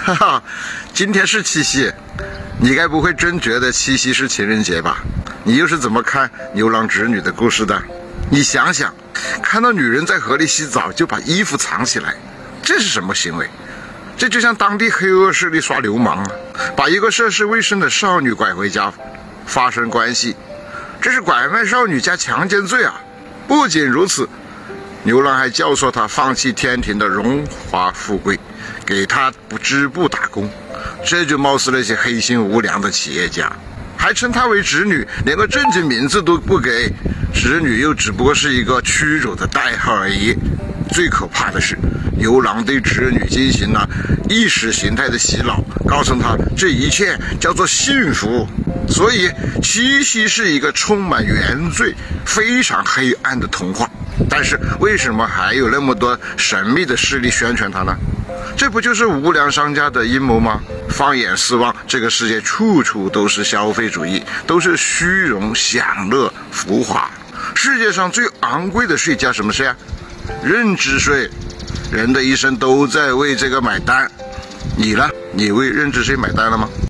哈哈，今天是七夕，你该不会真觉得七夕是情人节吧？你又是怎么看牛郎织女的故事的？你想想，看到女人在河里洗澡就把衣服藏起来，这是什么行为？这就像当地黑恶势力耍流氓啊，把一个涉世未深的少女拐回家发生关系，这是拐卖少女加强奸罪啊！不仅如此，牛郎还教唆她放弃天庭的荣华富贵，给她织布打工，这就貌似那些黑心无良的企业家，还称她为织女，连个正经名字都不给，织女又只不过是一个屈辱的代号而已。最可怕的是，牛郎对织女进行了意识形态的洗脑，告诉她这一切叫做幸福。所以七夕是一个充满原罪、非常黑暗的童话。但是为什么还有那么多神秘的势力宣传它呢？这不就是无良商家的阴谋吗？放眼四望，这个世界处处都是消费主义，都是虚荣、享乐、浮华。世界上最昂贵的税叫什么税啊？认知税。人的一生都在为这个买单。你呢？你为认知税买单了吗？